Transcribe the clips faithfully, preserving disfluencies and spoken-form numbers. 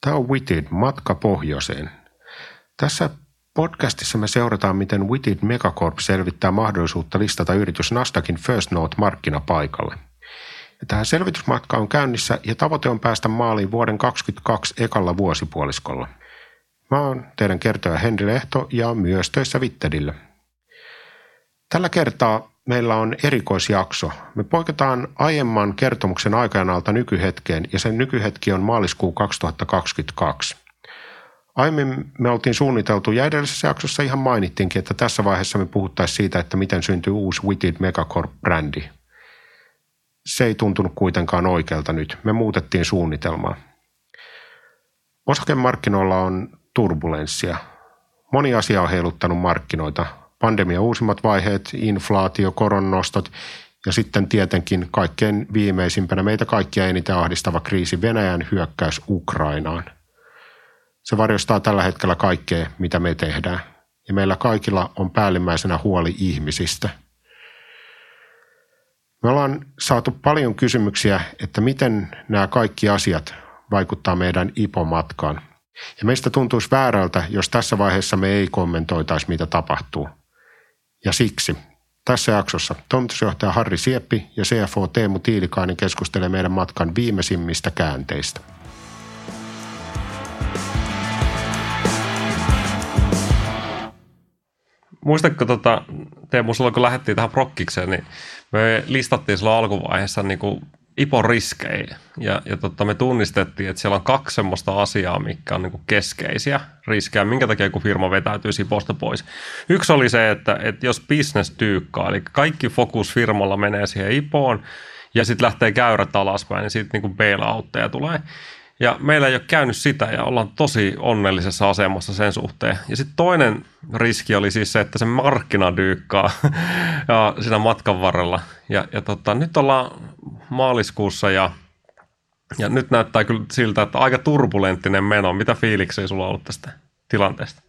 Tämä on Witted, matka pohjoiseen. Tässä podcastissa me seurataan, miten Witted Megacorp selvittää mahdollisuutta listata yritys Nasdaqin First North-markkinapaikalle. Ja tämä selvitysmatka on käynnissä ja tavoite on päästä maaliin vuoden kaksikymmentäkaksi ekalla vuosipuoliskolla. Mä oon teidän kertoja Henri Lehto ja myös töissä Wittedillä. Tällä kertaa meillä on erikoisjakso. Me poiketaan aiemman kertomuksen aikajanalta nykyhetkeen ja sen nykyhetki on maaliskuu kaksituhattakaksikymmentäkaksi. Aiemmin me oltiin suunniteltu ja edellisessä jaksossa ihan mainittiinkin, että tässä vaiheessa me puhuttaisiin siitä, että miten syntyy uusi Witted Megacorp-brändi. Se ei tuntunut kuitenkaan oikealta nyt. Me muutettiin suunnitelmaa. Osakemarkkinoilla on turbulenssia. Moni asia on heiluttanut markkinoita. Pandemian uusimmat vaiheet, inflaatio, koronnostot ja sitten tietenkin kaikkein viimeisimpänä meitä kaikkia eniten ahdistava kriisi Venäjän hyökkäys Ukrainaan. Se varjostaa tällä hetkellä kaikkea, mitä me tehdään. Ja meillä kaikilla on päällimmäisenä huoli ihmisistä. Me ollaan saatu paljon kysymyksiä, että miten nämä kaikki asiat vaikuttaa meidän I P O-matkaan. Ja meistä tuntuisi väärältä, jos tässä vaiheessa me ei kommentoitaisi, mitä tapahtuu. Ja siksi tässä jaksossa toimitusjohtaja Harri Sieppi ja C F O Teemu Tiilikainen keskustelee meidän matkan viimeisimmistä käänteistä. Muistatko tota, Teemu, silloin kun lähdettiin tähän prokkikseen, niin me listattiin silloin alkuvaiheessa niin kuin I P O-riskejä ja, ja tota, me tunnistettiin, että siellä on kaksi semmoista asiaa, mikä on niin kuin keskeisiä riskejä, minkä takia kun firma vetäytyy I P Osta pois. Yksi oli se, että, että jos business tyykkaa, eli kaikki fokus firmalla menee siihen I P Oon ja sitten lähtee käyrät alaspäin, niin sitten niin kuin bail-outteja tulee. Ja meillä ei ole käynyt sitä ja ollaan tosi onnellisessa asemassa sen suhteen. Ja sitten toinen riski oli siis se, että se markkina dyykkaa ja siinä matkan varrella. Ja, ja tota, nyt ollaan maaliskuussa ja, ja nyt näyttää kyllä siltä, että aika turbulenttinen meno. Mitä fiiliksiä sulla on ollut tästä tilanteesta?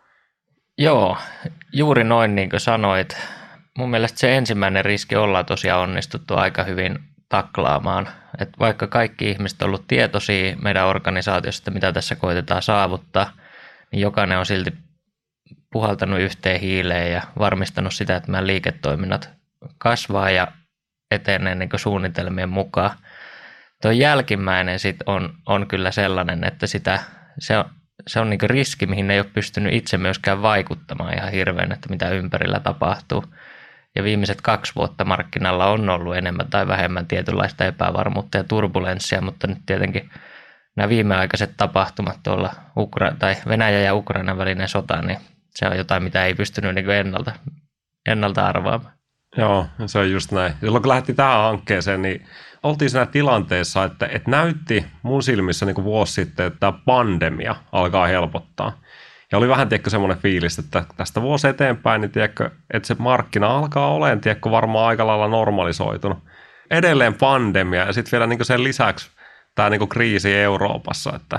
Joo, juuri noin niin kuin sanoit. Mun mielestä se ensimmäinen riski ollaan tosiaan onnistuttu aika hyvin taklaamaan. Että vaikka kaikki ihmiset on ollut tietoisia meidän organisaatiosta, mitä tässä koitetaan saavuttaa, niin jokainen on silti puhaltanut yhteen hiileen ja varmistanut sitä, että meidän liiketoiminnat kasvaa ja etenee niin kuin suunnitelmien mukaan. Tuo jälkimmäinen sit on, on kyllä sellainen, että sitä, se on, se on niin kuin riski, mihin ei ole pystynyt itse myöskään vaikuttamaan ihan hirveän, että mitä ympärillä tapahtuu. Ja viimeiset kaksi vuotta markkinalla on ollut enemmän tai vähemmän tietynlaista epävarmuutta ja turbulenssia, mutta nyt tietenkin nämä viimeaikaiset tapahtumat tuolla Ukra- tai Venäjän ja Ukrainan välinen sota, niin se on jotain, mitä ei pystynyt niin kuin ennalta, ennalta arvaamaan. Joo, se on just näin. Silloin kun lähti tähän hankkeeseen, niin oltiin siinä tilanteessa, että, että näytti mun silmissä niin kuin vuosi sitten, että tämä pandemia alkaa helpottaa. Ja oli vähän, tiedätkö, semmoinen fiilis, että tästä vuosi eteenpäin, niin tiedätkö, että se markkina alkaa olemaan, tiedätkö, varmaan aika lailla normalisoitunut. Edelleen pandemia ja sitten vielä niin kuin sen lisäksi tämä niin kuin kriisi Euroopassa, että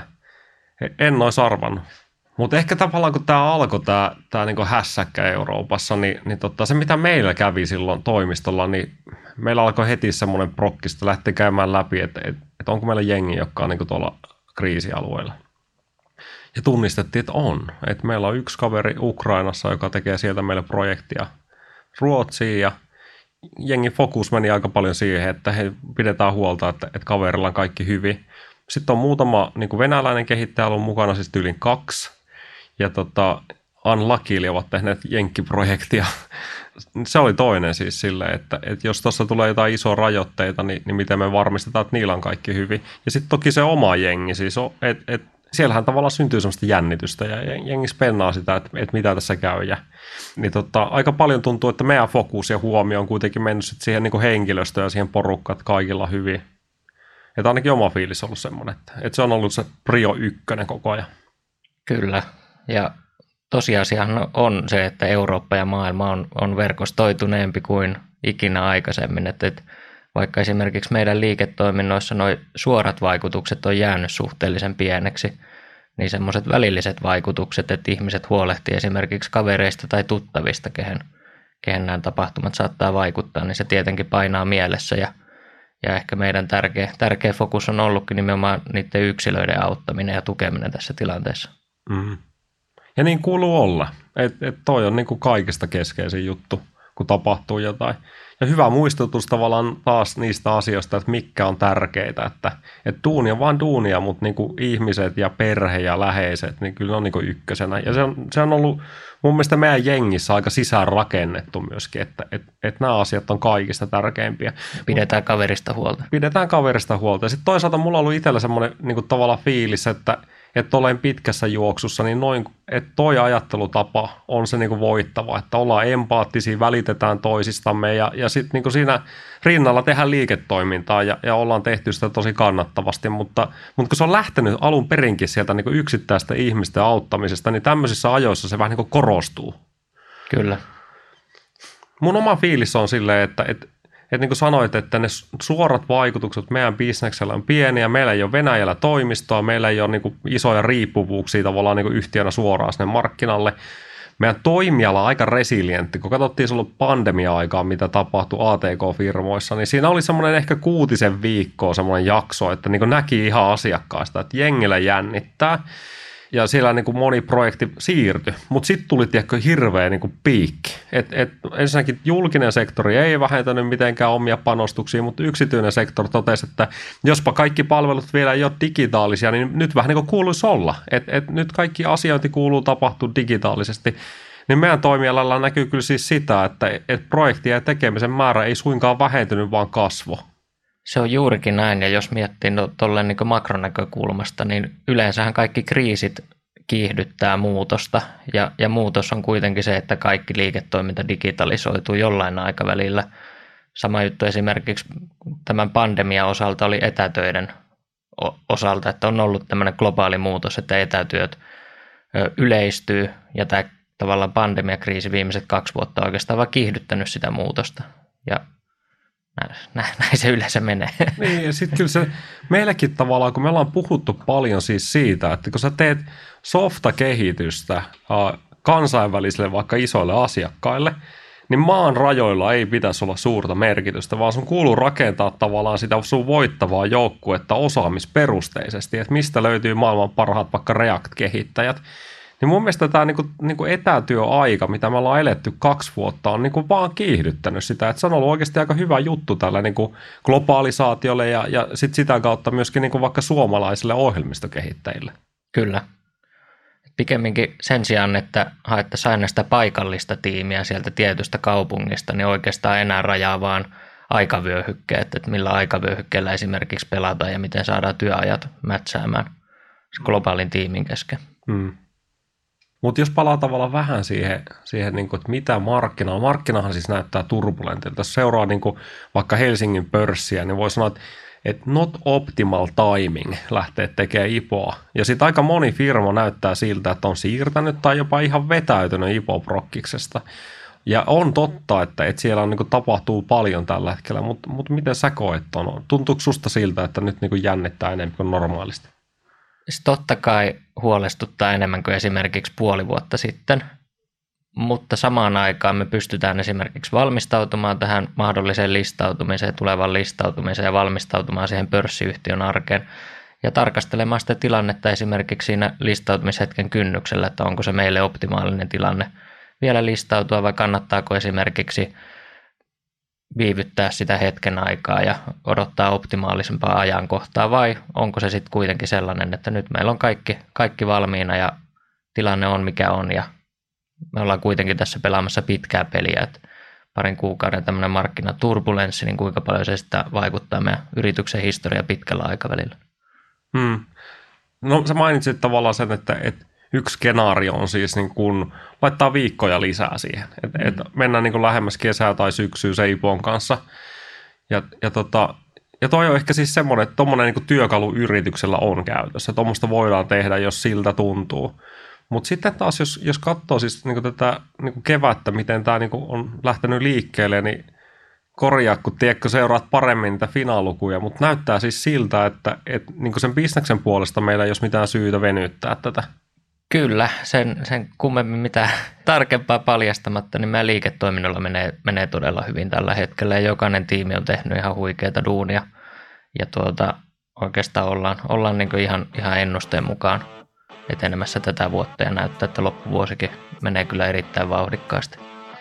en olisi arvannut. Mutta ehkä tavallaan kun tämä alkoi, tämä, tämä niin kuin hässäkkä Euroopassa, niin, niin totta, se mitä meillä kävi silloin toimistolla, niin meillä alkoi heti semmoinen prokkista lähteä käymään läpi, että, että, että onko meillä jengi, joka on niin kuin tuolla kriisialueella. Ja tunnistettiin, että on. Että meillä on yksi kaveri Ukrainassa, joka tekee sieltä meille projektia Ruotsiin. Ja jengin fokus meni aika paljon siihen, että he pidetään huolta, että, että kaverilla on kaikki hyvin. Sitten on muutama niin kuin venäläinen kehittäjä ollut mukana, siis tyylin kaksi. Ja tota, Unluckily ovat tehneet jenkkiprojektia. Se oli toinen siis silleen, että, että jos tuossa tulee jotain isoa rajoitteita, niin, niin miten me varmistetaan, että niillä on kaikki hyvin. Ja sitten toki se oma jengi, siis että et, siellähän tavallaan syntyy semmoista jännitystä ja jengi spennaa sitä, että, että mitä tässä käy. Ja, niin tota, aika paljon tuntuu, että meidän fokus ja huomio on kuitenkin mennyt siihen niin kuin henkilöstöön ja siihen porukkaan, että kaikilla on hyvin. Että ainakin oma fiilis on ollut semmoinen, että, että se on ollut se prio ykkönen koko ajan. Kyllä, ja tosiasiahan on se, että Eurooppa ja maailma on, on verkostoituneempi kuin ikinä aikaisemmin, että, että vaikka esimerkiksi meidän liiketoiminnoissa nuo suorat vaikutukset on jäänyt suhteellisen pieneksi, niin semmoiset välilliset vaikutukset, että ihmiset huolehtii esimerkiksi kavereista tai tuttavista, kehen, kehen nämä tapahtumat saattaa vaikuttaa, niin se tietenkin painaa mielessä ja, ja ehkä meidän tärkeä, tärkeä fokus on ollutkin nimenomaan niiden yksilöiden auttaminen ja tukeminen tässä tilanteessa. Mm. Ja niin kuuluu olla, että et toi on niin kuin kaikista keskeisin juttu, kun tapahtuu jotain. Ja hyvä muistutus tavallaan taas niistä asioista, että mitkä on tärkeitä, että, että duuni on vaan duunia, mutta niin kuin ihmiset ja perhe ja läheiset, niin kyllä ne on niin kuin ykkösenä. Ja se on, se on ollut mun mielestä meidän jengissä aika sisään rakennettu myöskin, että, että, että nämä asiat on kaikista tärkeimpiä. Pidetään kaverista huolta. Pidetään kaverista huolta. Ja sitten toisaalta mulla on ollut itsellä semmoinen niin kuin tavallaan fiilis, että että olen pitkässä juoksussa, niin noin, että toi ajattelutapa on se niin kuin voittava, että ollaan empaattisia, välitetään toisistamme ja, ja sitten niin siinä rinnalla tehdään liiketoimintaa ja, ja ollaan tehty sitä tosi kannattavasti, mutta, mutta kun se on lähtenyt alun perinkin sieltä niin kuin yksittäistä ihmisten auttamisesta, niin tämmöisissä ajoissa se vähän niin kuin korostuu. Kyllä. Mun oma fiilis on silleen, että, että Että niin kuin sanoit, että ne suorat vaikutukset meidän bisneksellä on pieniä, meillä ei ole Venäjällä toimistoa, meillä ei ole niin kuin isoja riippuvuuksia tavallaan niin kuin yhtiönä suoraan sinne markkinalle. Meidän toimiala on aika resilientti, kun katsottiin silloin pandemia-aikaa, mitä tapahtui A T K-firmoissa, niin siinä oli semmoinen ehkä kuutisen viikkoa semmoinen jakso, että niin kuin näki ihan asiakkaista, että jengillä jännittää. Ja siellä niin kuin moni projekti siirtyi, mutta sitten tuli tiedätkö, hirveä niin kuin piikki. Et, et, ensinnäkin julkinen sektori ei vähentänyt mitenkään omia panostuksia, mutta yksityinen sektori totesi, että jospa kaikki palvelut vielä ei ole digitaalisia, niin nyt vähän niin kuin kuuluisi olla. Et, et nyt kaikki asiointi kuuluu tapahtua digitaalisesti. Niin meidän toimialalla näkyy kyllä siis sitä, että et projektia ja tekemisen määrä ei suinkaan vähentynyt, vaan kasvo. Se on juurikin näin, ja jos miettii no, tolleen niin makronäkökulmasta, niin yleensähän kaikki kriisit kiihdyttää muutosta, ja, ja muutos on kuitenkin se, että kaikki liiketoiminta digitalisoituu jollain aikavälillä. Sama juttu esimerkiksi tämän pandemian osalta oli etätöiden osalta, että on ollut tämmöinen globaali muutos, että etätyöt yleistyy, ja tämä tavallaan pandemiakriisi viimeiset kaksi vuotta on oikeastaan vaan kiihdyttänyt sitä muutosta, ja Näin, näin se yleensä menee. Niin, ja sitten kyllä se, meilläkin tavallaan, kun me ollaan puhuttu paljon siis siitä, että kun sä teet softakehitystä äh, kansainvälisille vaikka isoille asiakkaille, niin maan rajoilla ei pitäisi olla suurta merkitystä, vaan sun kuuluu rakentaa tavallaan sitä sun voittavaa joukkuetta osaamisperusteisesti, että mistä löytyy maailman parhaat vaikka React-kehittäjät. Niin mun mielestä tämä niinku, niinku etätyöaika, mitä me ollaan eletty kaksi vuotta, on niinku vaan kiihdyttänyt sitä. Et se on ollut oikeasti aika hyvä juttu tällä niinku globalisaatiolle ja, ja sit sitä kautta myöskin niinku vaikka suomalaisille ohjelmistokehittäjille. Kyllä. Pikemminkin sen sijaan, että haettaisiin aina sitä paikallista tiimiä sieltä tietystä kaupungista, niin oikeastaan enää rajaa vaan aikavyöhykkeet, että millä aikavyöhykkeellä esimerkiksi pelataan ja miten saadaan työajat mätsäämään globaalin tiimin kesken. Hmm. Mutta jos palaa tavallaan vähän siihen, siihen niin kuin, että mitä markkina on. Markkinahan siis näyttää turbulentilta. Jos seuraa niin kuin, vaikka Helsingin pörssiä, niin voi sanoa, että, että not optimal timing lähtee tekemään I P Oa. Ja sitten aika moni firma näyttää siltä, että on siirtänyt tai jopa ihan vetäytynyt I P O-prokkiksesta. Ja on totta, että, että siellä on, niin kuin, tapahtuu paljon tällä hetkellä, mutta, mutta miten sä koet on? Tuntuuko susta siltä, että nyt niin kuin, jännittää enemmän kuin normaalisti? Se totta kai huolestuttaa enemmän kuin esimerkiksi puoli vuotta sitten, mutta samaan aikaan me pystytään esimerkiksi valmistautumaan tähän mahdolliseen listautumiseen, tulevan listautumiseen ja valmistautumaan siihen pörssiyhtiön arkeen ja tarkastelemaan sitä tilannetta esimerkiksi siinä listautumishetken kynnyksellä, että onko se meille optimaalinen tilanne vielä listautua vai kannattaako esimerkiksi viivyttää sitä hetken aikaa ja odottaa optimaalisempaa ajankohtaa vai onko se sitten kuitenkin sellainen, että nyt meillä on kaikki, kaikki valmiina ja tilanne on mikä on ja me ollaan kuitenkin tässä pelaamassa pitkää peliä, että parin kuukauden tämmöinen markkinaturbulenssi, niin kuinka paljon se sitä vaikuttaa meidän yrityksen historia pitkällä aikavälillä. Hmm. No sä mainitsit tavallaan sen, että, että yksi skenaario on siis niin kuin laittaa viikkoja lisää siihen, että mm. et mennään niin kuin lähemmäs kesää tai syksyä se I P O:n kanssa. Ja, ja, tota, ja toi on ehkä siis semmoinen, että tuommoinen niin työkalu yrityksellä on käytössä. Tuommoista voidaan tehdä, jos siltä tuntuu. Mutta sitten taas, jos, jos katsoo siis niin kuin tätä niin kuin kevättä, miten tämä niin kuin on lähtenyt liikkeelle, niin korjaa, kun tiedätkö, seuraat paremmin niitä finaalukuja, mutta näyttää siis siltä, että, että niin kuin sen bisneksen puolesta meillä ei ole mitään syytä venyttää tätä. Kyllä, sen, sen kummemmin mitä tarkempaa paljastamatta, niin meidän liiketoiminnalla menee, menee todella hyvin tällä hetkellä ja jokainen tiimi on tehnyt ihan huikeaa duunia ja tuota, oikeastaan ollaan, ollaan niin kuin ihan, ihan ennusteen mukaan etenemässä tätä vuotta ja näyttää, että loppuvuosikin menee kyllä erittäin vauhdikkaasti.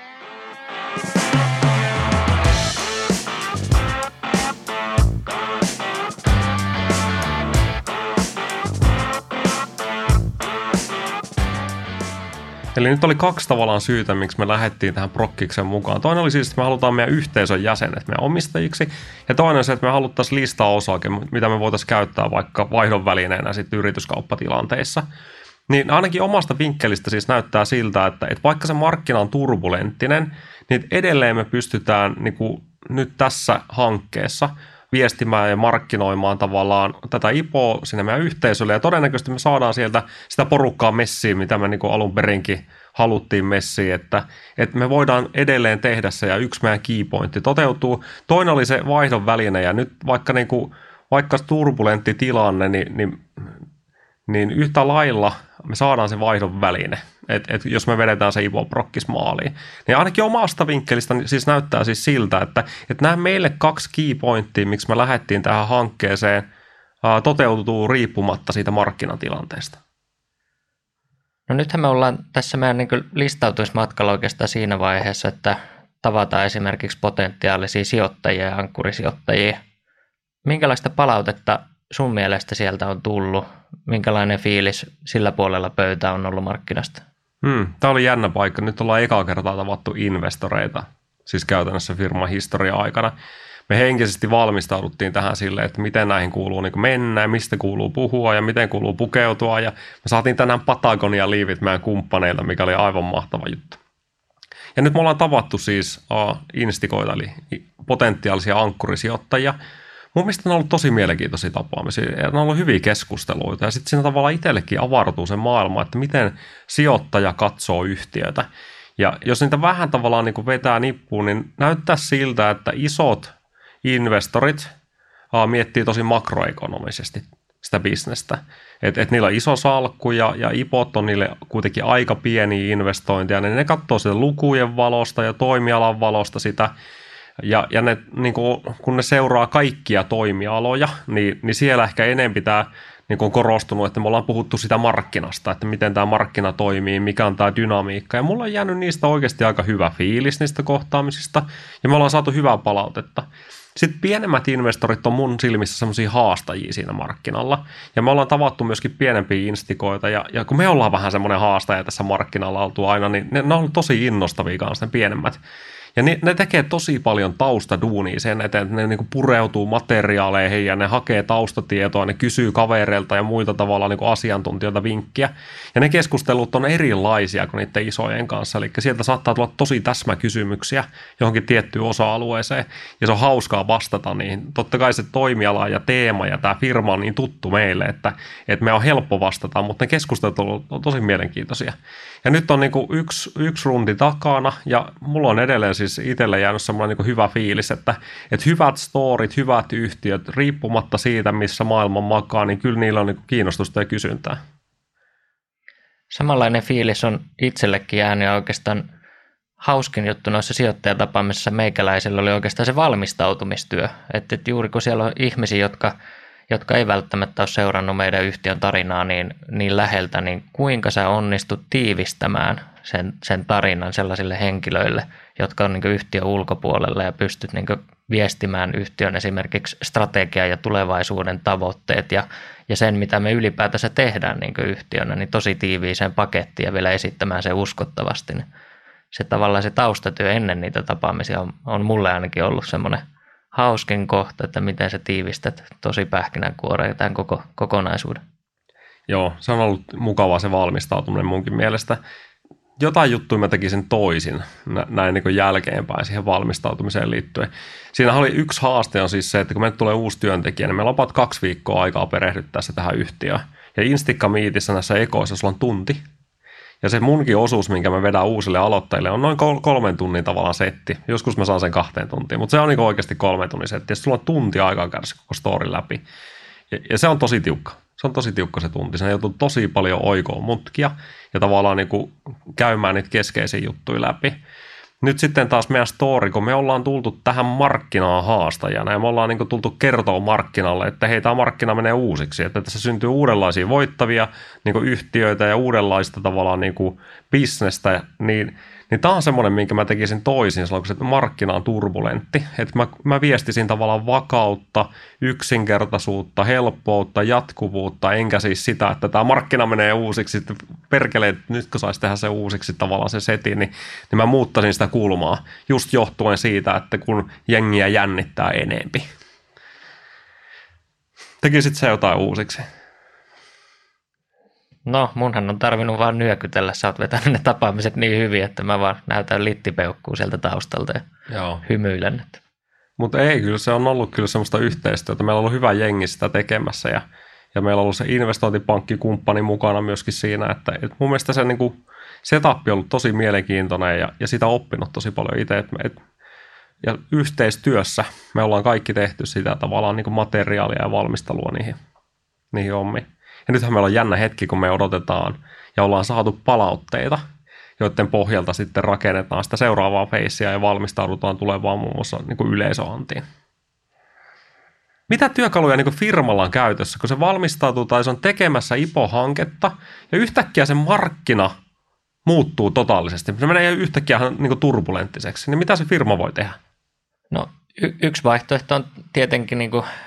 Eli nyt oli kaksi tavallaan syytä, miksi me lähdettiin tähän prokkiksen mukaan. Toinen oli siis, että me halutaan meidän yhteisön jäsenet meidän omistajiksi. Ja toinen on se, että me haluttaisiin listaa osake, mitä me voitaisiin käyttää vaikka vaihdon välineenä sitten yrityskauppatilanteissa. Niin ainakin omasta vinkkelistä siis näyttää siltä, että, että vaikka se markkina on turbulenttinen, niin edelleen me pystytään niin kuin nyt tässä hankkeessa viestimään ja markkinoimaan tavallaan tätä I P Oa sinne meidän yhteisölle. Ja todennäköisesti me saadaan sieltä sitä porukkaa messiin, mitä me niin kuin alun perinkin haluttiin messiin, että, että me voidaan edelleen tehdä se ja yksi meidän keypointti toteutuu. Toinen oli se vaihdon väline ja nyt vaikka, niin kuin, vaikka turbulentti tilanne, niin, niin, niin yhtä lailla me saadaan se vaihdon väline. Että et jos me vedetään se I P O-prokkis maaliin, niin ainakin omasta vinkkelistä niin siis näyttää siis siltä, että et nämä meille kaksi keypointtia, miksi me lähdettiin tähän hankkeeseen, ää, toteutuu riippumatta siitä markkinatilanteesta. No nythän me ollaan tässä meidän niin kuin listautumismatkalla oikeastaan siinä vaiheessa, että tavataan esimerkiksi potentiaalisia sijoittajia ja ankkurisijoittajia. Minkälaista palautetta sun mielestä sieltä on tullut? Minkälainen fiilis sillä puolella pöytää on ollut markkinasta? Hmm, tämä oli jännä paikka. Nyt ollaan ekaa kertaa tavattu investoreita, siis käytännössä firman historian aikana. Me henkisesti valmistauduttiin tähän silleen, että miten näihin kuuluu niin mennä ja mistä kuuluu puhua ja miten kuuluu pukeutua. Ja me saatiin tänään Patagonia-liivit meidän kumppaneilta, mikä oli aivan mahtava juttu. Ja nyt me ollaan tavattu siis uh, instikoita, eli potentiaalisia ankkurisijoittajia. Mun mielestä ne on ollut tosi mielenkiintoisia tapaamisia ja ne on ollut hyviä keskusteluita ja sitten siinä tavallaan itsellekin avartuu se maailma, että miten sijoittaja katsoo yhtiötä. Ja jos niitä vähän tavallaan niin kuin vetää nippuun, niin näyttää siltä, että isot investorit aa, miettii tosi makroekonomisesti sitä bisnestä. Että et niillä on iso salkku ja, ja I P Ot on niille kuitenkin aika pieniä investointeja, niin ne katsoo sitä lukujen valosta ja toimialan valosta sitä. Ja, ja ne, niin kuin, kun ne seuraa kaikkia toimialoja, niin, niin siellä ehkä enemmän pitää niin kuin on korostunut, että me ollaan puhuttu sitä markkinasta, että miten tämä markkina toimii, mikä on tämä dynamiikka. Ja mulla on jäänyt niistä oikeasti aika hyvä fiilis niistä kohtaamisista, ja me ollaan saatu hyvää palautetta. Sitten pienemmät investorit on mun silmissä semmoisia haastajia siinä markkinalla, ja me ollaan tavattu myöskin pienempiä instikoita, ja, ja kun me ollaan vähän semmoinen haastaja tässä markkinalla oltu aina, niin ne, ne on tosi innostavia kanssa ne pienemmät. Ja ne, ne tekee tosi paljon taustaduunia sen eteen, että ne niinku pureutuu materiaaleihin ja ne hakee taustatietoa, ne kysyy kavereilta ja muilta tavalla niinku asiantuntijoilta vinkkiä. Ja ne keskustelut on erilaisia kuin niiden isojen kanssa, eli sieltä saattaa tulla tosi täsmäkysymyksiä johonkin tiettyyn osa-alueeseen, ja se on hauskaa vastata niihin. Totta kai se toimiala ja teema ja tämä firma on niin tuttu meille, että, että me on helppo vastata, mutta ne keskustelut on tosi mielenkiintoisia. Ja nyt on niinku yksi, yksi rundi takana, ja mulla on edelleen siis itselle jäänyt semmoinen niin hyvä fiilis, että, että hyvät storit, hyvät yhtiöt, riippumatta siitä, missä maailman makaa, niin kyllä niillä on niin kiinnostusta ja kysyntää. Samanlainen fiilis on itsellekin jäänyt, ja oikeastaan hauskin juttu noissa sijoittajatapaamisissa meikäläisillä oli oikeastaan se valmistautumistyö. Että, että juuri kun siellä on ihmisiä, jotka, jotka ei välttämättä ole seurannut meidän yhtiön tarinaa niin, niin läheltä, niin kuinka sä onnistut tiivistämään sen, sen tarinan sellaisille henkilöille, jotka on niin yhtiön ulkopuolella, ja pystyt niin viestimään yhtiön esimerkiksi strategia ja tulevaisuuden tavoitteet ja, ja sen, mitä me ylipäätänsä tehdään niin yhtiönä, niin tosi tiiviiseen pakettiin ja vielä esittämään se uskottavasti. Niin se tavallaan se taustatyö ennen niitä tapaamisia on, on mulle ainakin ollut semmoinen hauskin kohta, että miten sä tiivistät tosi pähkinänkuoreen tämän koko kokonaisuuden. Joo, se on ollut mukavaa se valmistautuminen munkin mielestä. Jotain juttuja mä tekisin toisin näin niin kuin jälkeenpäin siihen valmistautumiseen liittyen. Siinä oli yksi haaste on siis se, että kun meille tulee uusi työntekijä, niin meillä on about kaksi viikkoa aikaa perehdyttää se tähän yhtiöön. Ja Instikka-miitissä näissä ekoissa sulla on tunti. Ja se munkin osuus, minkä me vedään uusille aloittajille, on noin kolmen tunnin tavallaan setti. Joskus mä saan sen kahteen tuntiin, mutta se on niin oikeasti kolmen tunnin setti. Ja sulla on tunti aikaa käydä se koko story läpi. Ja, ja se on tosi tiukka. Se on tosi tiukka se tunti. Se joutuu tosi paljon oikoon mutkia ja tavallaan niin kuin käymään niitä keskeisiä juttuja läpi. nyt sitten taas meidän story, kun me ollaan tultu tähän markkinaan haastajana ja me ollaan niin kuin tultu kertoa markkinalle, että hei, tämä markkina menee uusiksi, että tässä syntyy uudenlaisia voittavia niin kuin yhtiöitä ja uudenlaista tavallaan niin kuin bisnestä, niin Niin tämä on semmoinen, minkä mä tekisin toisin silloin, kun se markkina on turbulentti. Että mä, mä viestisin tavallaan vakautta, yksinkertaisuutta, helppoutta, jatkuvuutta, enkä siis sitä, että tämä markkina menee uusiksi. Sitten perkelee, että nyt kun saisi tehdä se uusiksi tavallaan se seti, niin, niin mä muuttaisin sitä kulmaa. Just johtuen siitä, että kun jengiä jännittää enempi. Tekisit se jotain uusiksi? No, munhan on tarvinnut vaan nyökytellä. Sä oot vetänyt ne tapaamiset niin hyvin, että mä vaan näytän littipeukkuu sieltä taustalta ja Joo. hymyilen. Mutta ei, kyllä se on ollut kyllä semmoista yhteistyötä. Meillä on ollut hyvä jengi sitä tekemässä ja, ja meillä on ollut se investointipankkikumppani mukana myöskin siinä, että et mun mielestä se niinku, setup on ollut tosi mielenkiintoinen ja, ja sitä oppinut tosi paljon itse. Et, et, ja yhteistyössä me ollaan kaikki tehty sitä tavallaan niinku materiaalia ja valmistelua niihin, niihin hommiin. Ja nythän meillä on jännä hetki, kun me odotetaan ja ollaan saatu palautteita, joiden pohjalta sitten rakennetaan sitä seuraavaa feissiä ja valmistaudutaan tulevaan muun muassa niin kuin yleisöantiin. Mitä työkaluja niin kuin firmalla on käytössä, kun se valmistautuu tai se on tekemässä I P O-hanketta ja yhtäkkiä se markkina muuttuu totaalisesti. Se menee yhtäkkiä niin kuin turbulenttiseksi. Niin mitä se firma voi tehdä? No y- yksi vaihtoehto on tietenkin niin kuin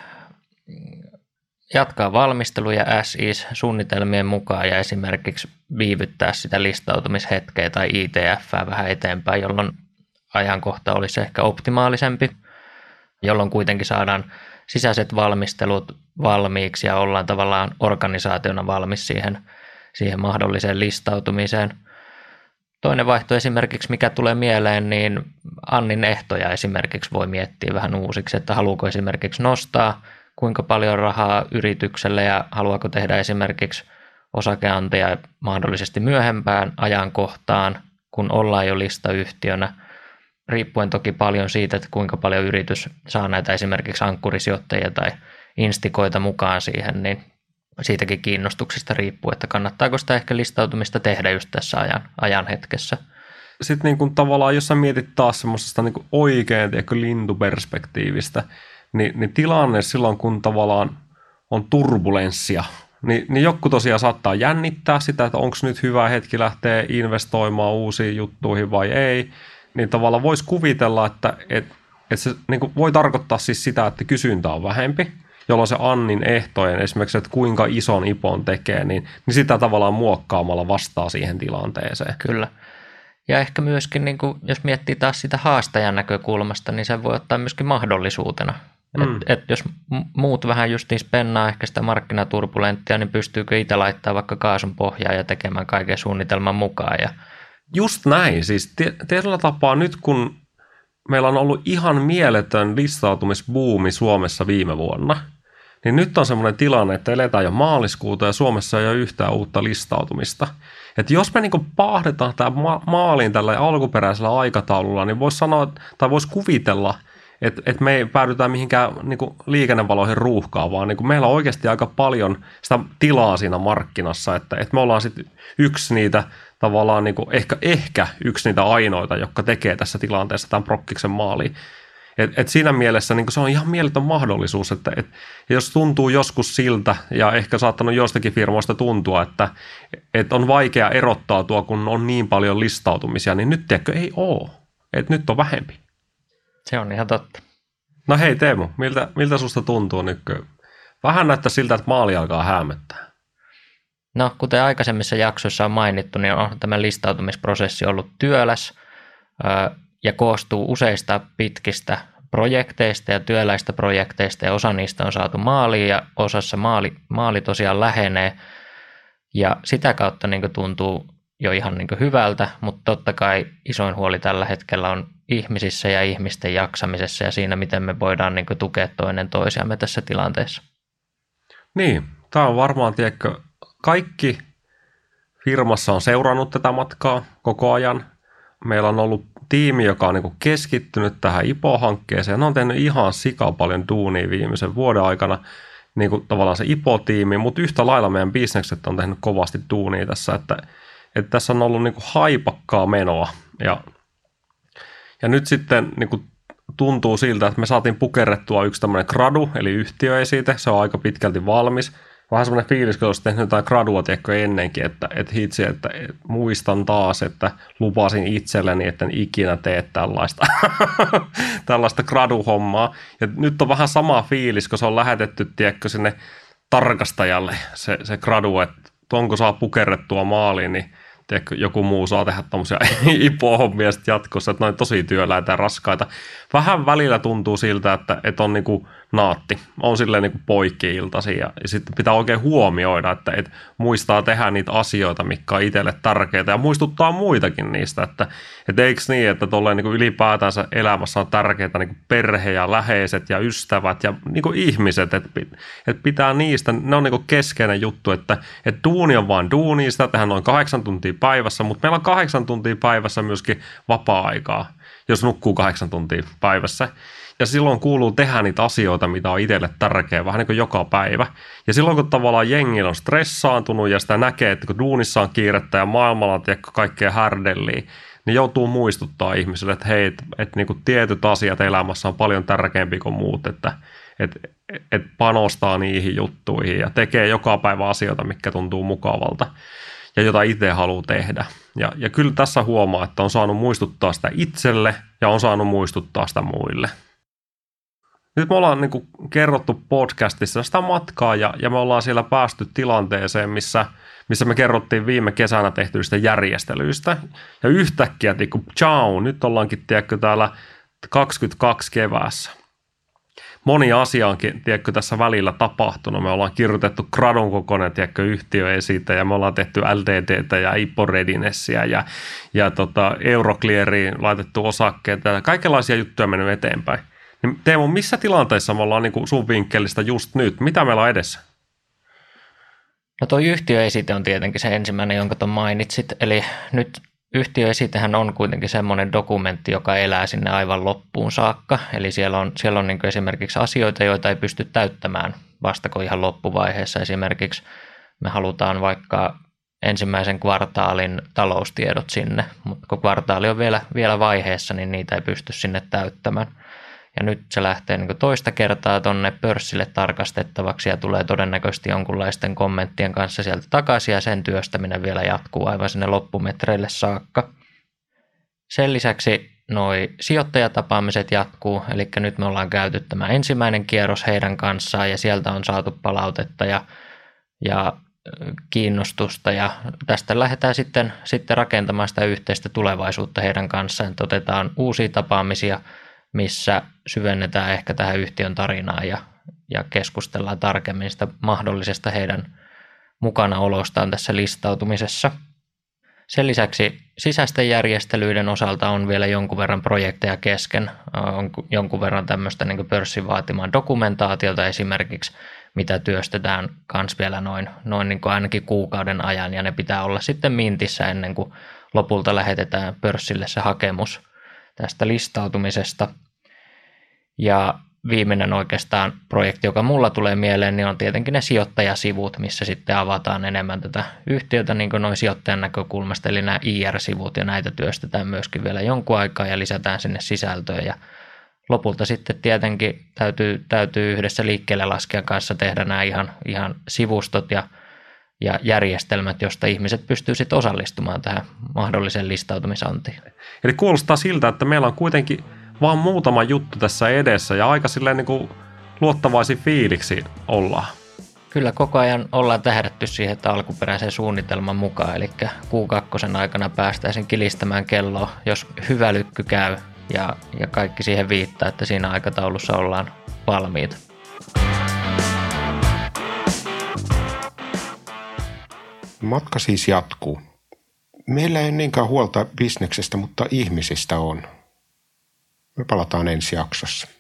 jatkaa valmisteluja as is suunnitelmien mukaan ja esimerkiksi viivyttää sitä listautumishetkeä tai I T F:ää vähän eteenpäin, jolloin ajankohta olisi ehkä optimaalisempi, jolloin kuitenkin saadaan sisäiset valmistelut valmiiksi ja ollaan tavallaan organisaationa valmis siihen, siihen mahdolliseen listautumiseen. Toinen vaihtoehto esimerkiksi, mikä tulee mieleen, niin Annin ehtoja esimerkiksi voi miettiä vähän uusiksi, että haluuko esimerkiksi nostaa kuinka paljon rahaa yritykselle ja haluaako tehdä esimerkiksi osakeanteja mahdollisesti myöhempään ajankohtaan, kun ollaan jo listayhtiönä, riippuen toki paljon siitä, että kuinka paljon yritys saa näitä esimerkiksi ankkurisijoittajia tai instikoita mukaan siihen, niin siitäkin kiinnostuksesta riippuu, että kannattaako sitä ehkä listautumista tehdä just tässä ajan, ajan hetkessä. Sitten niin kuin tavallaan, jos sä mietit taas semmoisesta niin kuin oikein tiedätkö, lintuperspektiivistä, Niin, niin tilanne silloin, kun tavallaan on turbulenssia, niin, niin joku tosiaan saattaa jännittää sitä, että onko nyt hyvä hetki lähteä investoimaan uusiin juttuihin vai ei. Niin tavallaan voisi kuvitella, että et, et se niin kuin voi tarkoittaa siis sitä, että kysyntä on vähempi, jolloin se Annin ehtojen, esimerkiksi, että kuinka ison I P O tekee, niin, niin sitä tavallaan muokkaamalla vastaa siihen tilanteeseen. Kyllä. Ja ehkä myöskin, niin kuin, jos miettii taas sitä haastajan näkökulmasta, niin se voi ottaa myöskin mahdollisuutena. Mm. Et, et jos muut vähän justiin spennaa ehkä sitä markkinaturbulenttia, niin pystyykö itse laittaa vaikka kaasun pohjaa ja tekemään kaiken suunnitelman mukaan. Ja just näin. Siis tietyllä tapaa nyt, kun meillä on ollut ihan mieletön listautumisbuumi Suomessa viime vuonna, niin nyt on semmoinen tilanne, että eletään jo maaliskuuta ja Suomessa ei ole yhtään uutta listautumista. Että jos me niinku paahdetaan tämä ma- maaliin tällä alkuperäisellä aikataululla, niin voisi sanoa, tai voisi kuvitella, että et me ei päädytään mihinkään niinku liikennevaloihin ruuhkaan, vaan niinku meillä on oikeasti aika paljon sitä tilaa siinä markkinassa, että et me ollaan sitten yksi niitä tavallaan niinku ehkä, ehkä yksi niitä ainoita, jotka tekee tässä tilanteessa tämän prokkiksen maaliin. Et, et siinä mielessä niin se on ihan mieletön mahdollisuus, että et, jos tuntuu joskus siltä, ja ehkä saattanut jostakin firmoista tuntua, että et on vaikea erottautua, kun on niin paljon listautumisia, niin nyt tiedätkö, ei ole. Et nyt on vähempi. Se on ihan totta. No hei Teemu, miltä, miltä susta tuntuu nyt? Vähän näyttää siltä, että maali alkaa häämöttää. No, kuten aikaisemmissa jaksoissa on mainittu, niin on tämä listautumisprosessi ollut työläs ja koostuu useista pitkistä projekteista ja työläistä projekteista, ja osa niistä on saatu maaliin, ja osassa maali, maali tosiaan lähenee, ja sitä kautta niin tuntuu jo ihan niin hyvältä, mutta totta kai isoin huoli tällä hetkellä on ihmisissä ja ihmisten jaksamisessa, ja siinä, miten me voidaan niin tukea toinen toisiamme tässä tilanteessa. Niin, tämä on varmaan, tiedätkö, kaikki firmassa on seurannut tätä matkaa koko ajan. Meillä on ollut tiimi, joka on niin keskittynyt tähän I P O-hankkeeseen. Ne on tehnyt ihan sika paljon duunia viimeisen vuoden aikana, niin kuin tavallaan se I P O-tiimi, mutta yhtä lailla meidän bisnekset on tehnyt kovasti duunia tässä, että, että tässä on ollut niin kuin haipakkaa menoa. Ja, Ja nyt sitten niin kuin tuntuu siltä, että me saatiin pukerrettua yksi tämmöinen gradu, eli yhtiöesite. Se on aika pitkälti valmis. Vähän semmoinen fiilis, kun olisi tehnyt jotain gradua tiedätkö, ennenkin, että, että hitsi, että, että muistan taas, että lupasin itselleni, että en ikinä tee tällaista, tällaista gradu-hommaa. Ja nyt on vähän sama fiilis, kun se on lähetetty tiedätkö, sinne tarkastajalle se, se gradu, että onko saa pukerrettua maaliin, niin tiedätkö, joku muu saa tehdä tämmöisiä ipo-hommia jatkossa, että ne on tosi työläitä ja raskaita. Vähän välillä tuntuu siltä, että, että on niinku naatti, on silleen niinku poikki-iltasi ja, ja sitten pitää oikein huomioida, että, että muistaa tehdä niitä asioita, mitkä on itselle tärkeitä ja muistuttaa muitakin niistä, että, että eikö niin, että tolleen niinku ylipäätänsä elämässä on tärkeitä niinku perhe ja läheiset ja ystävät ja niinku ihmiset, että, että pitää niistä, ne on niinku keskeinen juttu, että, että duuni on vaan duuni, sitä tehdään noin kahdeksan tuntia päivässä, mutta meillä on kahdeksan tuntia päivässä myöskin vapaa-aikaa, jos nukkuu kahdeksan tuntia päivässä. Ja silloin kuuluu tehdä niitä asioita, mitä on itselle tärkeä, vähän niin kuin joka päivä. Ja silloin, kun tavallaan jengi on stressaantunut ja sitä näkee, että kun duunissa on kiirettä ja maailmalla on tiedätkö, kaikkea härdelliä, niin joutuu muistuttaa ihmisille, että hei, että, että niin kuin tietyt asiat elämässä on paljon tärkeämpiä kuin muut, että, että, että panostaa niihin juttuihin ja tekee joka päivä asioita, mitkä tuntuu mukavalta ja jota itse haluaa tehdä. Ja, ja kyllä tässä huomaa, että on saanut muistuttaa sitä itselle ja on saanut muistuttaa sitä muille. Nyt me ollaan niin kuin kerrottu podcastissa sitä matkaa ja, ja me ollaan siellä päästy tilanteeseen, missä, missä me kerrottiin viime kesänä tehtyistä järjestelyistä. Ja yhtäkkiä, tiedätkö, ciao, nyt ollaankin tiedätkö, täällä kaksikymmentäkaksi keväässä. Moni asia onkin tiedätkö, tässä välillä tapahtunut. Me ollaan kirjoitettu gradun kokoinen tiedätkö, yhtiöesite ja me ollaan tehty L D D:tä ja I P O Readinessia ja, ja tota, Eurocleariin laitettu osakkeita ja kaikenlaisia juttuja mennyt eteenpäin. Niin Teemu, missä tilanteessa me ollaan niin kuin sun vinkkelistä just nyt? Mitä meillä on edessä? No tuo yhtiöesite on tietenkin se ensimmäinen, jonka tuon mainitsit. Eli nyt yhtiöesitehän on kuitenkin semmoinen dokumentti, joka elää sinne aivan loppuun saakka. Eli siellä on, siellä on niin kuin esimerkiksi asioita, joita ei pysty täyttämään vastako ihan loppuvaiheessa. Esimerkiksi me halutaan vaikka ensimmäisen kvartaalin taloustiedot sinne, mutta kun kvartaali on vielä, vielä vaiheessa, niin niitä ei pysty sinne täyttämään. Ja nyt se lähtee niin toista kertaa tuonne pörssille tarkastettavaksi ja tulee todennäköisesti jonkunlaisten kommenttien kanssa sieltä takaisin ja sen työstäminen vielä jatkuu aivan sinne loppumetreille saakka. Sen lisäksi noi sijoittajatapaamiset jatkuu, eli nyt me ollaan käyty tämä ensimmäinen kierros heidän kanssaan ja sieltä on saatu palautetta ja, ja kiinnostusta ja tästä lähdetään sitten, sitten rakentamaan sitä yhteistä tulevaisuutta heidän kanssaan, että otetaan uusia tapaamisia, missä syvennetään ehkä tähän yhtiön tarinaan ja, ja keskustellaan tarkemmin sitä mahdollisesta heidän mukanaolostaan tässä listautumisessa. Sen lisäksi sisäisten järjestelyiden osalta on vielä jonkun verran projekteja kesken, on jonkun verran tämmöistä niin kuin pörssin vaatimaa dokumentaatiota esimerkiksi, mitä työstetään kans vielä noin, noin niin kuin ainakin kuukauden ajan ja ne pitää olla sitten mintissä ennen kuin lopulta lähetetään pörssille se hakemus tästä listautumisesta. Ja viimeinen oikeastaan projekti, joka mulla tulee mieleen, niin on tietenkin ne sijoittajasivut, missä sitten avataan enemmän tätä yhtiötä niin kuin noin sijoittajan näkökulmasta, eli nämä I R-sivut, ja näitä työstetään myöskin vielä jonkun aikaa ja lisätään sinne sisältöä. Ja lopulta sitten tietenkin täytyy, täytyy yhdessä liikkeelle laskijan kanssa tehdä nämä ihan, ihan sivustot ja, ja järjestelmät, josta ihmiset pystyy sitten osallistumaan tähän mahdollisen listautumisantiin. Eli kuulostaa siltä, että meillä on kuitenkin vaan muutama juttu tässä edessä ja aika silleen niin kuin luottavaisin fiiliksi ollaan. Kyllä koko ajan ollaan tähdätty siihen, että alkuperäisen suunnitelman mukaan, eli Q kaksi aikana päästäisiin kilistämään kelloa, jos hyvä lykky käy ja, ja kaikki siihen viittaa, että siinä aikataulussa ollaan valmiita. Matka siis jatkuu. Meillä ei ole niinkään huolta bisneksestä, mutta ihmisistä on. Me palataan ensi jaksossa.